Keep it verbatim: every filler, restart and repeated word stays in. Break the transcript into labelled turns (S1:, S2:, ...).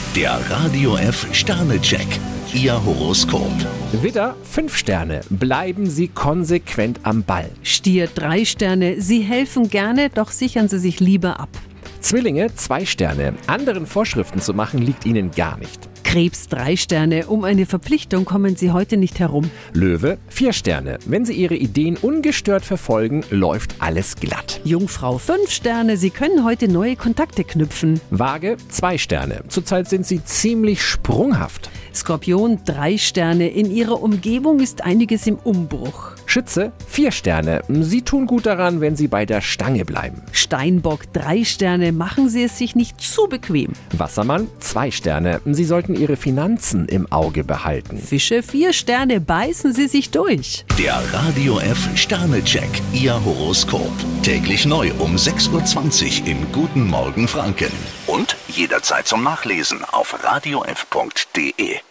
S1: Der Radio F Sternecheck. Ihr Horoskop.
S2: Widder, fünf Sterne. Bleiben Sie konsequent am Ball.
S3: Stier, drei Sterne. Sie helfen gerne, doch sichern Sie sich lieber ab.
S2: Zwillinge, zwei Sterne. Anderen Vorschriften zu machen liegt Ihnen gar nicht.
S3: Krebs, drei Sterne. Um eine Verpflichtung kommen Sie heute nicht herum.
S2: Löwe, vier Sterne. Wenn Sie Ihre Ideen ungestört verfolgen, läuft alles glatt.
S3: Jungfrau, fünf Sterne. Sie können heute neue Kontakte knüpfen.
S2: Waage, zwei Sterne. Zurzeit sind Sie ziemlich sprunghaft.
S3: Skorpion, drei Sterne. In Ihrer Umgebung ist einiges im Umbruch.
S2: Schütze, vier Sterne. Sie tun gut daran, wenn Sie bei der Stange bleiben.
S3: Steinbock, drei Sterne. Machen Sie es sich nicht zu bequem.
S2: Wassermann, zwei Sterne. Sie sollten Ihre Finanzen im Auge behalten.
S3: Fische, vier Sterne. Beißen Sie sich durch.
S1: Der Radio F Sternecheck. Ihr Horoskop. Täglich neu um sechs Uhr zwanzig im Guten Morgen Franken. Und jederzeit zum Nachlesen auf radiof punkt de.